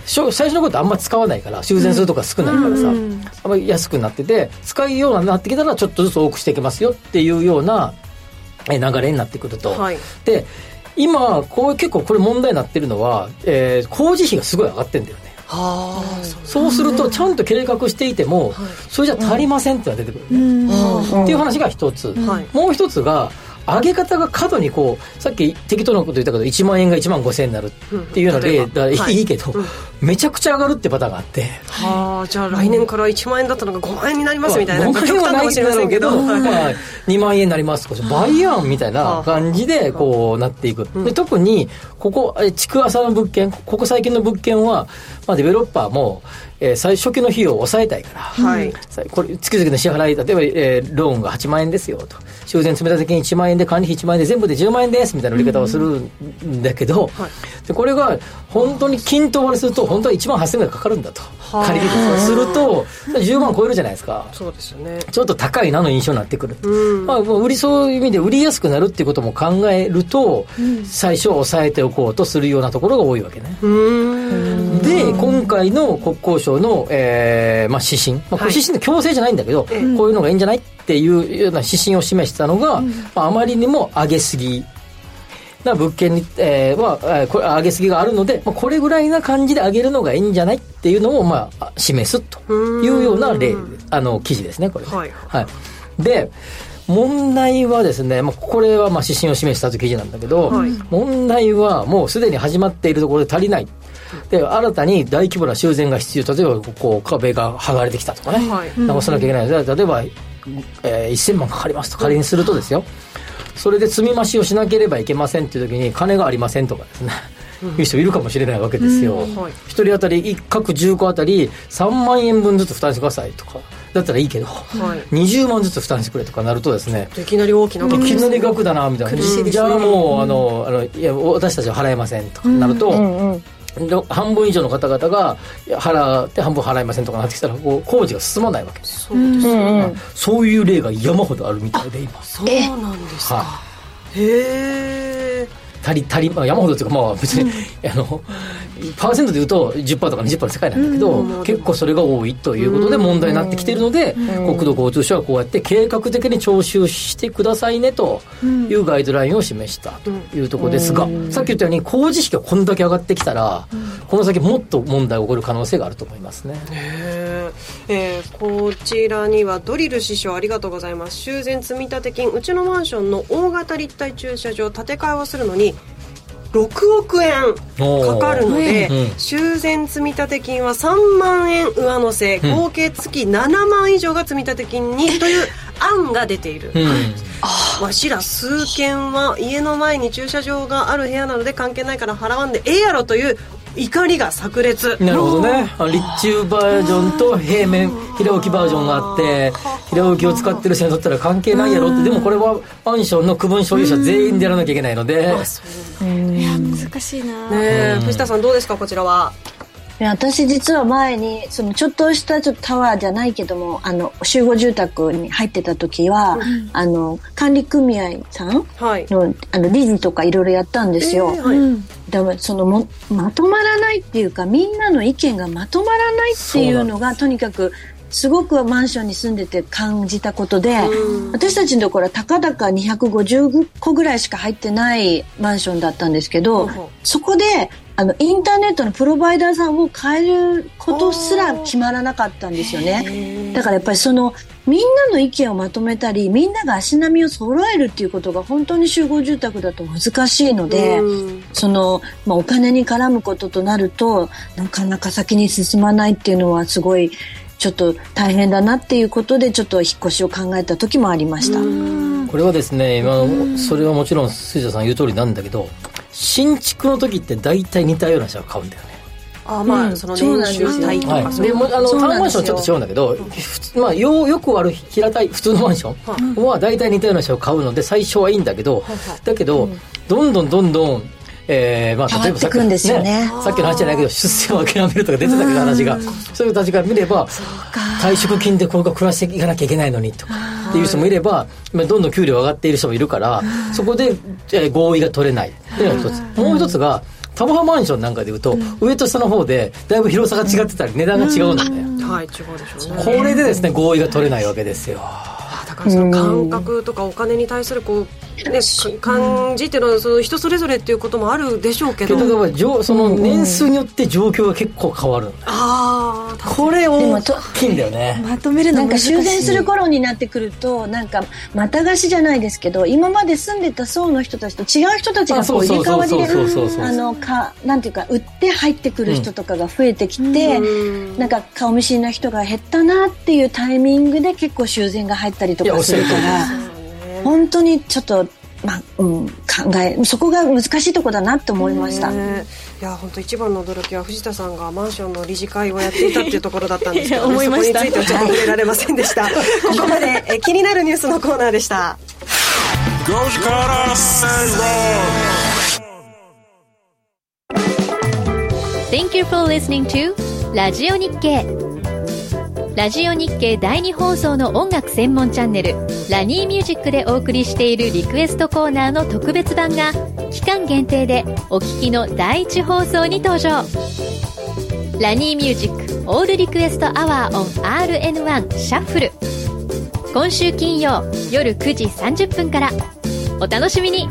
最初のことあんまり使わないから修繕するとか少ないからさ、うん、あんまり安くなってて使うようになってきたらちょっとずつ多くしていきますよっていうような流れになってくると、はい、で今こう結構これ問題になってるのは、えー、工事費がすごい上がってるんだよね。はあ、そうするとちゃんと計画していても、はい、それじゃ足りませんってのが出てくる、ね、うん、っていう話が一つ、はい、もう一つが上げ方が過度にこうさっき適当なこと言ったけどいちまんえんがいちまんごせんえんになるっていうので、うん、はい、いいけど、うん、めちゃくちゃ上がるってパターンがあって、 はあ、じゃあ来年からいちまんえんだったのがごまんえんになりますみたいな、まあ、極端かもしれませんけど、 まあ、にまんえんになりますとか倍やんみたいな感じでこうなっていく、で特にここ築浅の物件、ここ最近の物件は、まあ、デベロッパーもえー、最初期の費用を抑えたいから、はい、これ月々の支払い、例えば、えー、ローンがはちまんえんですよと、修繕積立金いちまんえんで管理費いちまんえんで全部でじゅうまんえんですみたいな売り方をするんだけど、うん、はい、でこれが本当に均等割りすると本当はいちまんはっせんえんぐらいかかるんだと、借り費するとじゅうまん超えるじゃないですか。 そうですよね。 ちょっと高いなの印象になってくる、うん、まあ、売りそういう意味で売りやすくなるっていうことも考えると、うん、最初抑えておこうとするようなところが多いわけね。うーん、で今回の国交省の、えーまあ、指針、まあ、これ指針で強制じゃないんだけど、はい、こういうのがいいんじゃないっていうような指針を示したのが、うん、まあ、あまりにも上げすぎな物件に、えーまあ、これ上げすぎがあるので、まあ、これぐらいな感じで上げるのがいいんじゃないっていうのを、まあ、示すというような例、あの記事ですねこれね、はいはい、で問題はですね、まあ、これはまあ指針を示したという記事なんだけど、はい、問題はもうすでに始まっているところで足りないで、新たに大規模な修繕が必要、例えばこう壁が剥がれてきたとかね、はい、直さなきゃいけないので、例えば、えー、せんまんかかりますと仮にするとですよ、それで積み増しをしなければいけませんっていう時に金がありませんとかですね、うん、いう人いるかもしれないわけですよ、うん、はい、ひとり当たりいっかくじゅっこあたりさんまんえんぶんずつ負担してくださいとかだったらいいけど、はい、にじゅうまんずつ負担してくれとかなるとですね、 いきなり大きな額、 いきなり額だなみたいな、じゃあもうあのあのいや私たちは払えませんとかなると、うんうんうん、半分以上の方々が払って半分払いませんとかなってきたらこう工事が進まないわけです。そうですよ、うんうん、そういう例が山ほどあるみたいで今。 そうなんですか、はあ、へえ。 足り足り、まあ、山ほどというか、まあ、別に、うん、あのパーセントでいうと じゅっパーセント とか にじゅっパーセント の世界なんだけど、うん、結構それが多いということで問題になってきているので、うん、国土交通省はこうやって計画的に徴収してくださいねというガイドラインを示したというところですが、うん、さっき言ったように工事費がこんだけ上がってきたら、うん、この先もっと問題が起こる可能性があると思いますね。 へー、えー、こちらにはドリル師匠ありがとうございます。修繕積立金、うちのマンションの大型立体駐車場建て替えをするのにろくおくえんかかるので、うん、修繕積立金はさんまんえん上乗せ、うん、合計月ななまん以上が積立金にという案が出ている、うん、わしら数件は家の前に駐車場がある部屋なので関係ないから払わんでええやろという怒りが炸裂。 なるほどね。立中バージョンと平面平置きバージョンがあって平置きを使ってる人にとったら関係ないやろって、でもこれはマンションの区分所有者全員でやらなきゃいけないので、 いや難しいな、 ね、藤田さんどうですかこちらは。 私実は前にそのちょっとしたちょっとタワーじゃないけどもあの集合住宅に入ってた時は、うん、あの管理組合さんの、はい、あの理事とかいろいろやったんですよ、えーはい、だからそのもまとまらないっていうかみんなの意見がまとまらないっていうのがとにかくすごくマンションに住んでて感じたことで、私たちのところはたかだかにひゃくごじゅっこぐらいしか入ってないマンションだったんですけど、そこであのインターネットのプロバイダーさんを変えることすら決まらなかったんですよね。だからやっぱりそのみんなの意見をまとめたりみんなが足並みを揃えるっていうことが本当に集合住宅だと難しいので、その、まあ、お金に絡むこととなるとなかなか先に進まないっていうのはすごいちょっと大変だなっていうことでちょっと引っ越しを考えた時もありました。 これはですね今それはもちろん杉田さん言う通りなんだけど、新築の時って大体似たような人が買うんだよね。 あまあ、うん、その年収帯とか、はい、でもあのタワーマンションはちょっと違うんだけど、まあ、よ, よくある平たい普通のマンションは大体似たような人を買うので最初はいいんだけど、だけど、うん、どんどんどんどんえーまあ、例えばさっき、ね、さっきの話じゃないけど出世を諦めるとか出てたけど話がそういう人たちから見れば退職金でこれから暮らしていかなきゃいけないのにとかっていう人もいればどんどん給料上がっている人もいるからそこで、えー、合意が取れないっていうのが一つ。もう一つがタワーマンションなんかでいうと、うん、上と下の方でだいぶ広さが違ってたり、うん、値段が違うんだね、 うん、はい、違うでしょうね。 これでですね合意が取れないわけですよ。 だからその感覚とかお金に対するこうね、感じっていうのはその人それぞれっていうこともあるでしょうけど、 けどその年数によって状況が結構変わる、うん、 あこれ大きいんだよね。 まとめるの難しい。なんか修繕する頃になってくるとなんかまた貸しじゃないですけど、今まで住んでた層の人たちと違う人たちがこう入れ替わりであのかなんていうか売って入ってくる人とかが増えてきて、うん、なんか顔見知りな人が減ったなっていうタイミングで結構修繕が入ったりとかするから、本当にちょっと、まあうん、考えそこが難しいところだなって思いました。 いや本当一番の驚きは藤田さんがマンションの理事会をやっていたっていうところだったんですけど、ね、 思いました。 そこについてはちょっと触れられませんでしたここまでえ気になるニュースのコーナーでした。ごじから正論。 Thank you for listening to ラジオ日経。ラジオ日経だいに放送の音楽専門チャンネルラニーミュージックでお送りしているリクエストコーナーの特別版が期間限定でお聞きのだいいち放送に登場。ラニーミュージックオールリクエストアワー on アールエヌワン シャッフル、今週金曜夜くじさんじゅっぷんからお楽しみに。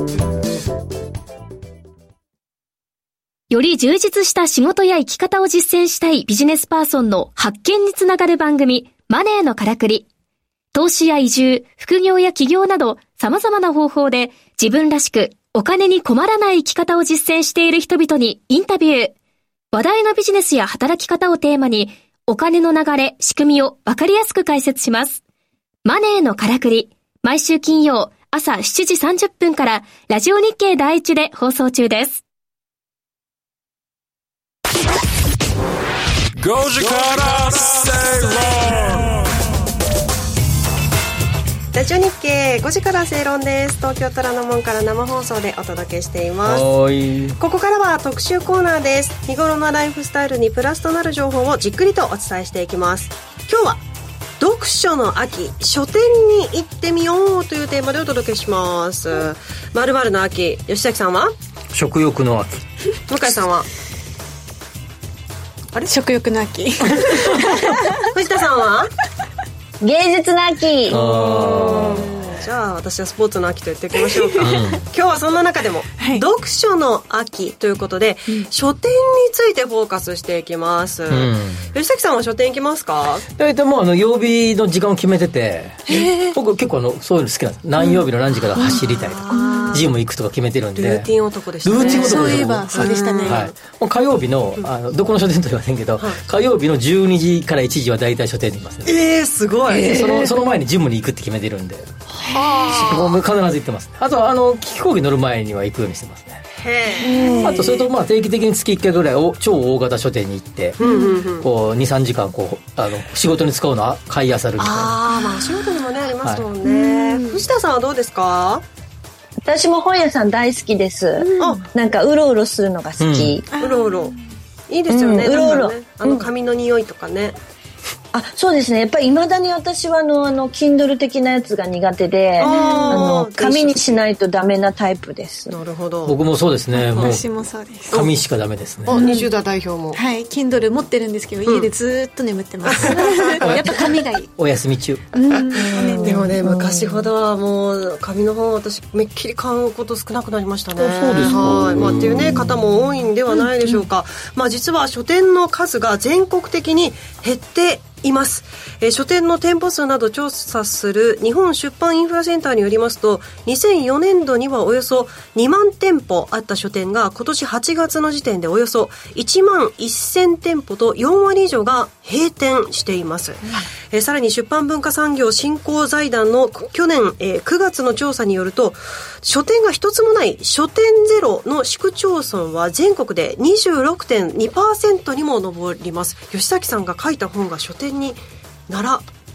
より充実した仕事や生き方を実践したいビジネスパーソンの発見につながる番組、マネーのからくり。投資や移住、副業や起業など様々な方法で自分らしくお金に困らない生き方を実践している人々にインタビュー。話題のビジネスや働き方をテーマにお金の流れ、仕組みをわかりやすく解説します。マネーのからくり。毎週金曜朝しちじさんじゅっぷんからラジオ日経だいいちで放送中です。 ごじから正論。 ラジオ日経ごじから正論です。東京虎ノ門から生放送でお届けしています。ここからは特集コーナーです。日頃のライフスタイルにプラスとなる情報をじっくりとお伝えしていきます。今日は読書の秋、書店に行ってみようというテーマでお届けします。〇〇の秋、吉崎さんは食欲の秋、 向井さんはあれ食欲の秋藤田さんは芸術の秋。 じゃあ私はスポーツの秋と言っておきましょうか、うん、今日はそんな中でも、はい、読書の秋ということで、うん、書店についてフォーカスしていきます、うん、吉崎さんは書店行きますか？ えっともうあの曜日の時間を決めてて、僕結構あのそういうの好きなんです。何曜日の何時から走りたいとか、うん、ジム行くとか決めてるんで。 ルーティン男でしたね。 ルーティン男でしたね。そういえばそうでしたね、 はい、もう火曜日の、あのどこの書店とは言いませんけど、はい、火曜日のじゅうにじからいちじは大体書店にいますね。 えーすごい、えー、 その、その前にジムに行くって決めてるんで、もう必ず行ってますね。あとはあの飛行機乗る前には行くようにしてますね。へあとそれとまあ定期的に月いっかいぐらいお超大型書店に行って、うんうんうん、こう にさんじかんこうあの仕事に使うのは買い漁るみたいな。 あ、まあ仕事にもねありますもんね、はい、藤田さんはどうですか？ 私も本屋さん大好きです、うん、なんかうろうろするのが好き、 うん、うろうろいいですよね、うん、うろうろ、ね、あの紙の匂いとかね、 あ、そうですね。やっぱり未だに私はあのあの Kindle 的なやつが苦手で、あの紙にしないとダメなタイプです。 なるほど。 僕もそうですね。もう私もそうです。 紙しかダメですね。 あ、にじゅう代代表も。 はい、Kindle 持ってるんですけど、うん、家でずっと眠ってます。やっぱ紙がいい。 お休み中。 うん、でもね、昔ほどはもう紙の本私めっきり買うこと少なくなりましたね。 そうですか。 はい、まあっていうね方も多いんではないでしょうか。うんうん、まあ実は書店の数が全国的に減っています。えー、書店の店舗数など調査する日本出版インフラセンターによりますと、にせんよねんどにはおよそにまんてんぽあった書店が今年はちがつの時点でおよそいちまんせんてんぽとよんわり以上が閉店しています。うん、えー、さらに出版文化産業振興財団の去年、えー、くがつの調査によると、書店が一つもない書店ゼロの市区町村は全国で にじゅうろくてんにパーセント にも上ります。吉崎さんが書いた本が書店に並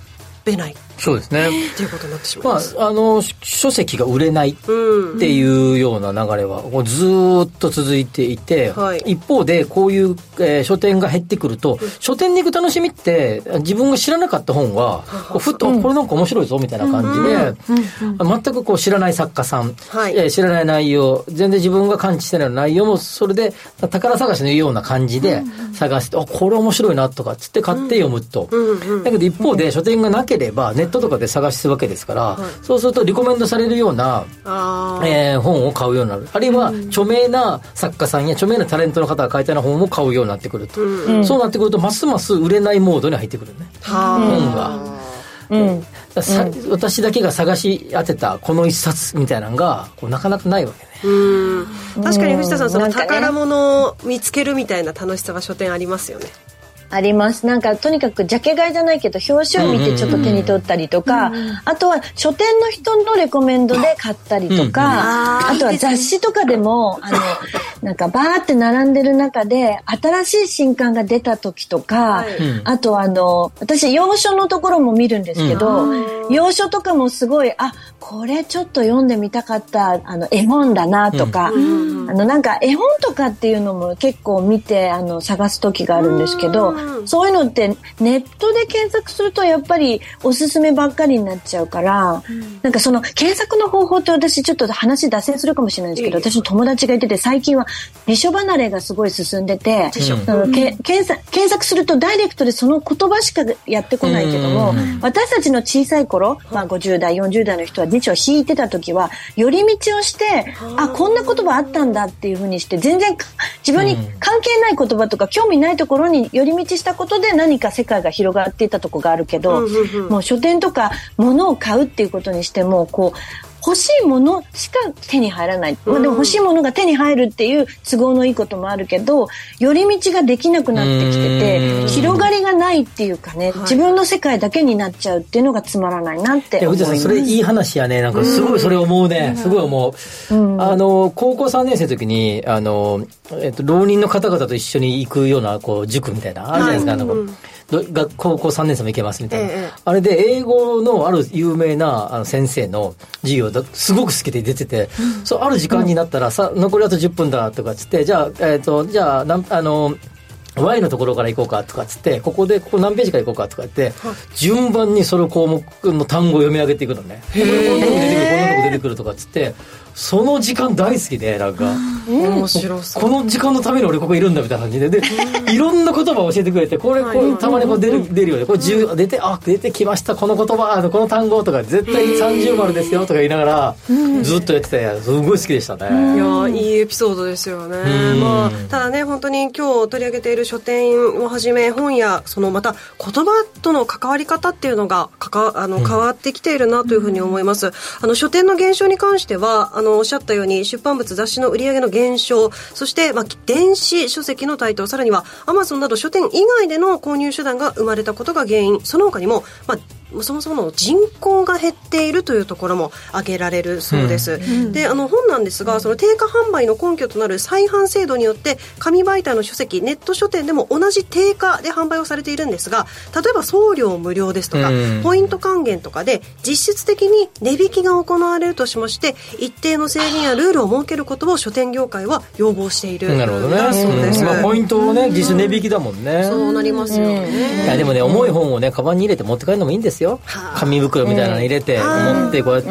べない、 そうですねっていうことになってしまいます、 まあ、あの書籍が売れないっていうような流れはこうずっと続いていて、はい、一方でこういう、えー、書店が減ってくると、うん、書店に行く楽しみって自分が知らなかった本はこうふっと、うん、これなんか面白いぞみたいな感じで、うん、全くこう知らない作家さん、はい、えー、知らない内容、全然自分が感知してない内容もそれで宝探しのような感じで探して、うん、あこれ面白いなとかつって買って読むと、うんうん、だけど一方で書店がなければネットとかで探すわけですから、はい、そうするとリコメンドされるような、えー、本を買うようになる、あるいは著名な作家さんや著名なタレントの方が書いたような本を買うようになってくると、うん、そうなってくるとますます売れないモードに入ってくるね、本が、うん、ださ、うん、私だけが探し当てたこの一冊みたいなのがこうなかなかないわけね。 うん、確かに藤田さん、その宝物を見つけるみたいな楽しさは書店ありますよね。 あります。なんかとにかくジャケ買いじゃないけど表紙を見てちょっと手に取ったりとか、うんうんうん、あとは書店の人のレコメンドで買ったりとか、うんうん、あ, あとは雑誌とかでもあのなんかバーって並んでる中で新しい新刊が出た時とか、はい、あとあの私洋書のところも見るんですけど、うん、洋書とかもすごい、あこれちょっと読んでみたかったあの絵本だなとか、うん、あのなんか絵本とかっていうのも結構見てあの探す時があるんですけど、うん、そういうのってネットで検索するとやっぱりおすすめばっかりになっちゃうから、うん、なんかその検索の方法って私ちょっと話脱線するかもしれないんですけど、私の友達が言ってて最近は辞書離れがすごい進んでて、うん、あのけ検索、検索するとダイレクトでその言葉しかやってこないけども、私たちの小さい頃、まあ、ごじゅう代よんじゅう代の人は辞書を引いてた時は寄り道をして、あこんな言葉あったんだっていう風にして全然自分に関係ない言葉とか興味ないところに寄り道したことで何か世界が広がっていたところがあるけど、うんうんうん、もう書店とか物を買うっていうことにしてもこう欲しいものしか手に入らない、うん、でも欲しいものが手に入るっていう都合のいいこともあるけど寄り道ができなくなってきてて広がりがないっていうかね、はい、自分の世界だけになっちゃうっていうのがつまらないなって思います。 いやそれいい話やね。なんかすごいそれ思うね、うん、すごい思う、うん、あの高校さんねん生の時にあの、えっと、浪人の方々と一緒に行くようなこう塾みたいなあるじゃないですか、はい、あの、うん学高校さんねん生も行けますみたいな、ええ、あれで英語のある有名なあの先生の授業だすごく好きで出てて、うん、そうある時間になったらさ、うん、残りあとじゅっぷんだとかっつってじゃあ、えー、とじゃあなんあの Y のところから行こうかとかっつってここでここ何ページから行こうかとかって順番にその項目の単語を読み上げていくのね。こんなとこ出てくるこんなとこ出てくるとかっつってその時間大好きでなんか面白そうこの時間のために俺ここいるんだみたいな感じででいろんな言葉を教えてくれてこれこうたまにこう出る出るよねこれじゅう出てあ出てきましたこの言葉この単語とか絶対さんじゅう丸ですよとか言いながらずっとやっててすごい好きでしたね。 いやいいエピソードですよね。まあただね本当に今日取り上げている書店をはじめ本やそのまた言葉との関わり方っていうのがかかあの変わってきているなというふうに思います。あの書店の減少に関してはあのおっしゃったように出版物雑誌の売り上げの減少そして、まあ、電子書籍の台頭さらにはアマゾンなど書店以外での購入手段が生まれたことが原因その他にも、まあそもそもの人口が減っているというところも挙げられるそうです、うん、であの本なんですがその定価販売の根拠となる再販制度によって紙媒体の書籍ネット書店でも同じ定価で販売をされているんですが例えば送料無料ですとか、うん、ポイント還元とかで実質的に値引きが行われるとしまして一定の制限やルールを設けることを書店業界は要望している。 なるほどね。そうです、まあ、ポイントをね実質値引きだもんね、 うん、そうなりますよね、 うん、いやでもね重い本をねカバンに入れて持って帰るのもいいんですよ。紙袋みたいなの入れて、持ってこうやって、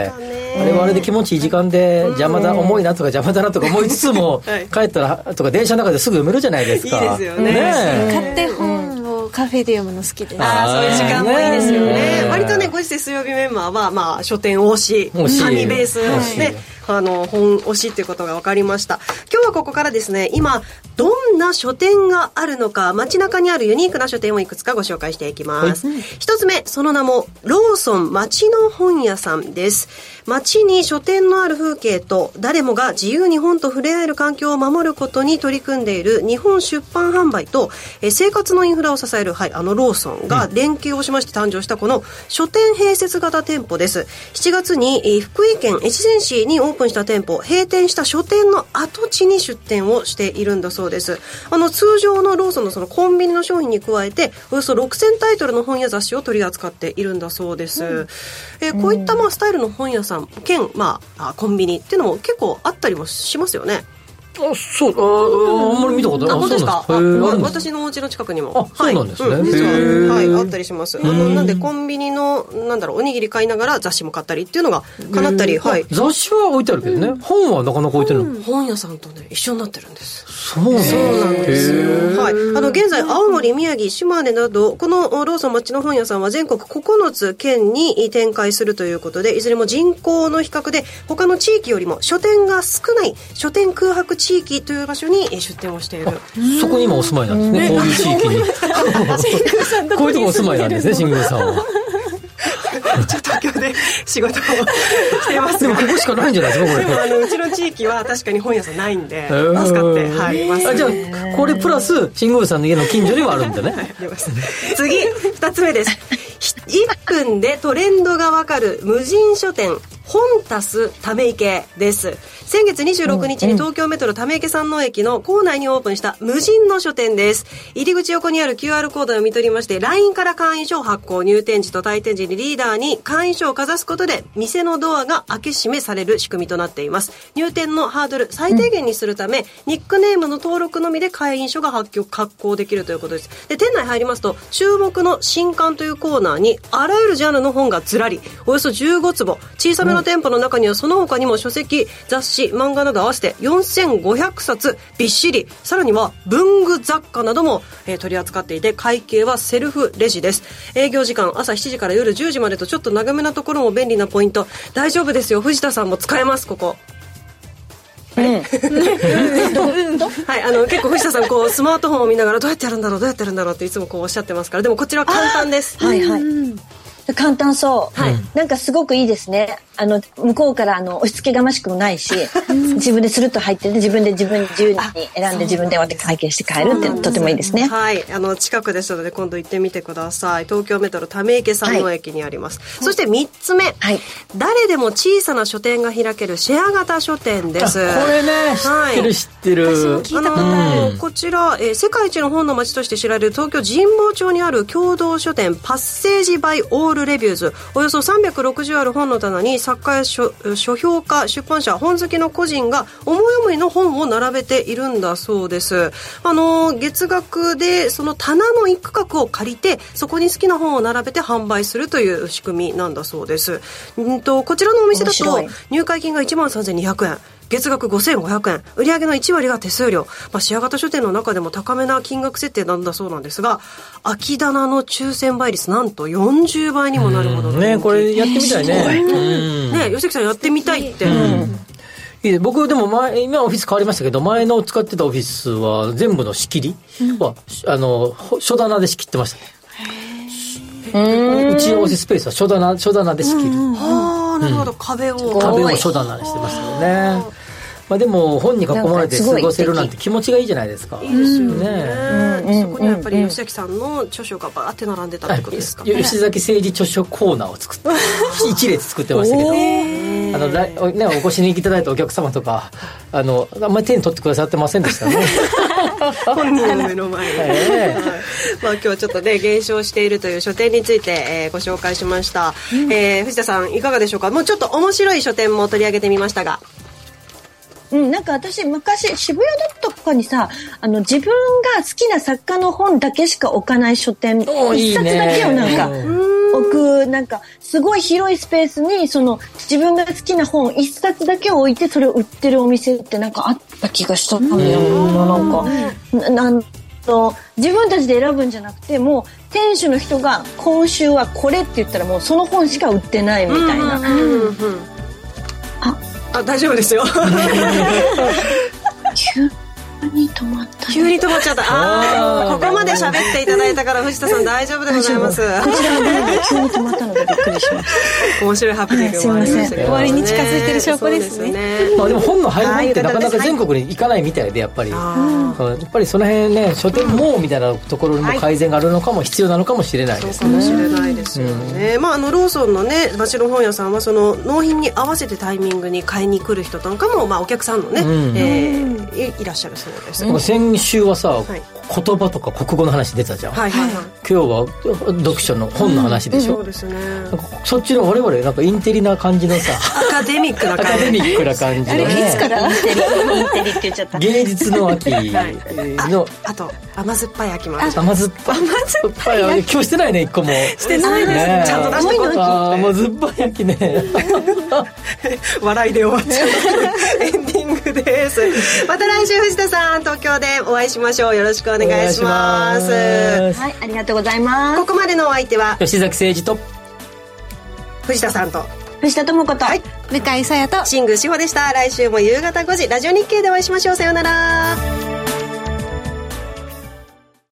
あれはあれで気持ちいい時間で邪魔だ、重いなとか邪魔だなとか思いつつも、帰ったらとか電車の中ですぐ読めるじゃないですか。 いいですよね。 買って本をカフェで読むの好きです。 ああそういう時間もいいですよね。割とねご時世水曜日メンバーはまあ書店推し、紙ベースであの本推しということが分かりました。今日はここからですね今どんな書店があるのか街中にあるユニークな書店をいくつかご紹介していきます。一つ目その名もローソン街の本屋さんです。街に書店のある風景と誰もが自由に本と触れ合える環境を守ることに取り組んでいる日本出版販売とえ生活のインフラを支える、はい、あのローソンが連携をしまして誕生したこの書店併設型店舗です。しちがつに福井県越前市にオープンした店舗閉店した書店の跡地に出店をしているんだそうです。 あの通常のローソンのそのコンビニの商品に加えておよそろくせんタイトルの本や雑誌を取り扱っているんだそうです、うん、えー、こういったまあスタイルの本屋さん兼、まあ、コンビニっていうのも結構あったりもしますよね。 あ、そう、あ、あんまり見たことない。 あ、本当ですか。 あ、 私のお家の近くにも。 あ、そうなんですね。 はい、うん、実は、はい、あったりします。あの、なんでコンビニの、なんだろう、おにぎり買いながら雑誌も買ったりっていうのが叶ったり、はい。 雑誌は置いてあるけどね、うん、本はなかなか置いてるの、 うん、本屋さんとね、一緒になってるんです。 そうなんです。 そうなんですよ。はい。あの、現在、青森、宮城、島根など、このローソン町の本屋さんは全国ここのつ県に展開するということで、いずれも人口の比較で、他の地域よりも書店が少ない、書店空白地域という場所に出店をしている。 そこに今お住まいなんですね、こういう地域に。こういうとこお住まいなんですね、新宮さんは。 ちょっと東京で仕事をしていますでもここしかないんじゃないですか、これ。 でもあのうちの地域は確かに本屋さんないんで、助かって、はい、ます。 あ、じゃあこれプラス新宮さんの家の近所にはあるんだね。はい、 出ます。次ふたつめです。いっぷんでトレンドがわかる無人書店本足すため池です。先月にじゅうろくにちに東京メトロため池山王駅の構内にオープンした無人の書店です。入り口横にある キューアール コードを読み取りまして ライン から会員証を発行、入店時と退店時にリーダーに会員証をかざすことで店のドアが開け閉めされる仕組みとなっています。入店のハードル最低限にするため、うん、ニックネームの登録のみで会員証が発行できるということです。で、店内入りますと注目の新刊というコーナーにあらゆるジャンルの本がずらり、およそじゅうごつぼ、小さめの店舗の中にはその他にも書籍、雑誌、漫画など合わせてよんせんごひゃくさつびっしり、さらには文具雑貨なども、えー、取り扱っていて、会計はセルフレジです。営業時間朝しちじから夜じゅうじまでとちょっと長めなところも便利なポイント。大丈夫ですよ、藤田さんも使えます、ここ。うん、はい、あの結構藤田さんこうスマートフォンを見ながらどうやってやるんだろうどうやってやるんだろうっていつもこうおっしゃってますから、でもこちらは簡単です。 はいはい、簡単そう、はい、なんかすごくいいですね。あの向こうからあの押し付けがましくもないし自分でスルッと入ってて、自分で自分自由に選んで自分で会計して帰るってとてもいいですね。 はい、あの近くですので今度行ってみてください。東京メトロため池山王駅にあります、はい、そしてみっつめ、はい、誰でも小さな書店が開けるシェア型書店です。これね、知ってる知ってる、 はい、私も聞いたことある、うん、こちら、えー、世界一の本の街として知られる東京神保町にある共同書店パッセージバイオールレビューズ。およそさんびゃくろくじゅうある本の棚に作家や書書評家、出版社、本好きの個人が思い思いの本を並べているんだそうです。あの月額でその棚の一区画を借りてそこに好きな本を並べて販売するという仕組みなんだそうです。んとこちらのお店だと入会金がいちまんさんぜんにひゃくえん、月額ごせんごひゃくえん、売上のいちわりが手数料、まあ、シェア型書店の中でも高めな金額設定なんだそうなんですが、空き棚の抽選倍率なんとよんじゅうばいにもなるほどのね。これやってみたいね。 ね、吉崎さんやってみたいって、うん、 いいね。僕でも前今オフィス変わりましたけど、前の使ってたオフィスは全部の仕切りは、うん、あの書棚で仕切ってましたね。うちのオフィススペースは書棚、書棚で仕切る、うんうん、 ああ、なるほど、うん、壁を壁を書棚にしてますよね。まあ、でも本に囲まれて過ごせるなんて気持ちがいいじゃないですか。 いいですよね、うん、そこにやっぱり吉崎さんの著書がバーって並んでたってことですか、ね、 吉崎誠二著書コーナーを作って一列作ってましたけど、あの、ね、お越しにいただいたお客様とかあのあんまり手に取ってくださってませんでしたね。 本人の目の前で、えーまあ、今日はちょっとね減少しているという書店について、えー、ご紹介しました、うん、えー、藤田さんいかがでしょうか。もうちょっと面白い書店も取り上げてみましたが、 うん、なんか私昔渋谷だとかにさ、あの自分が好きな作家の本だけしか置かない書店一冊だけをなんか置く、なんかすごい広いスペースにその自分が好きな本一冊だけを置いてそれを売ってるお店ってなんかあった気がしたんだよな。なんかなんと自分たちで選ぶんじゃなくて、もう店主の人が今週はこれって言ったらもうその本しか売ってないみたいな。うんうんうん、 ああ、大丈夫ですよ。 急に止まった、ね、 急に止まっちゃった。ああ、ここまで喋っていただいたから藤田さん大丈夫でございます。 こちらはね、急に止まったのでびっくりしました。 面白いハプニングもありましたけど、 終わりに近づいてる証拠ですね。 まあでも本の配分ってなかなか全国に行かないみたいで、やっぱり、はい、やっぱりその辺ね、書店網みたいなところにも改善があるのかも、必要なのかもしれないですね。 そうかもしれないですよね。うん、まああのローソンのね町の本屋さんはその納品に合わせてタイミングに買いに来る人なんかも、まあお客さんのね、うん、えー、いらっしゃるそうです。 先先週はさ、はい、言葉とか国語の話出たじゃん、はいはいはい、今日は読書の本の話でしょ、うんうん、そうですね。なんかそっちの我々なんかインテリな感じのさアカデミックな感じ、 アカデミックな感じの、ね、 あれいつからインテリインテリって言っちゃった。 芸術の秋の、はい、 あ, あと甘酸っぱい秋もある。 甘酸っぱい甘酸っぱい今日してないね一個もしてないです、ね、ちゃんと出してこい。 甘酸っぱい秋ね笑いで終わっちゃうエンディングです。また来週藤田さん東京でお会いしましょう。よろしくお願いします。 はい、ありがとうございます。 ここまでのお相手は吉崎誠二と藤田さんと藤田智子と、はい、 向井沙耶と新宮志保でした。来週も夕方ごじラジオ日経でお会いしましょう。さようなら。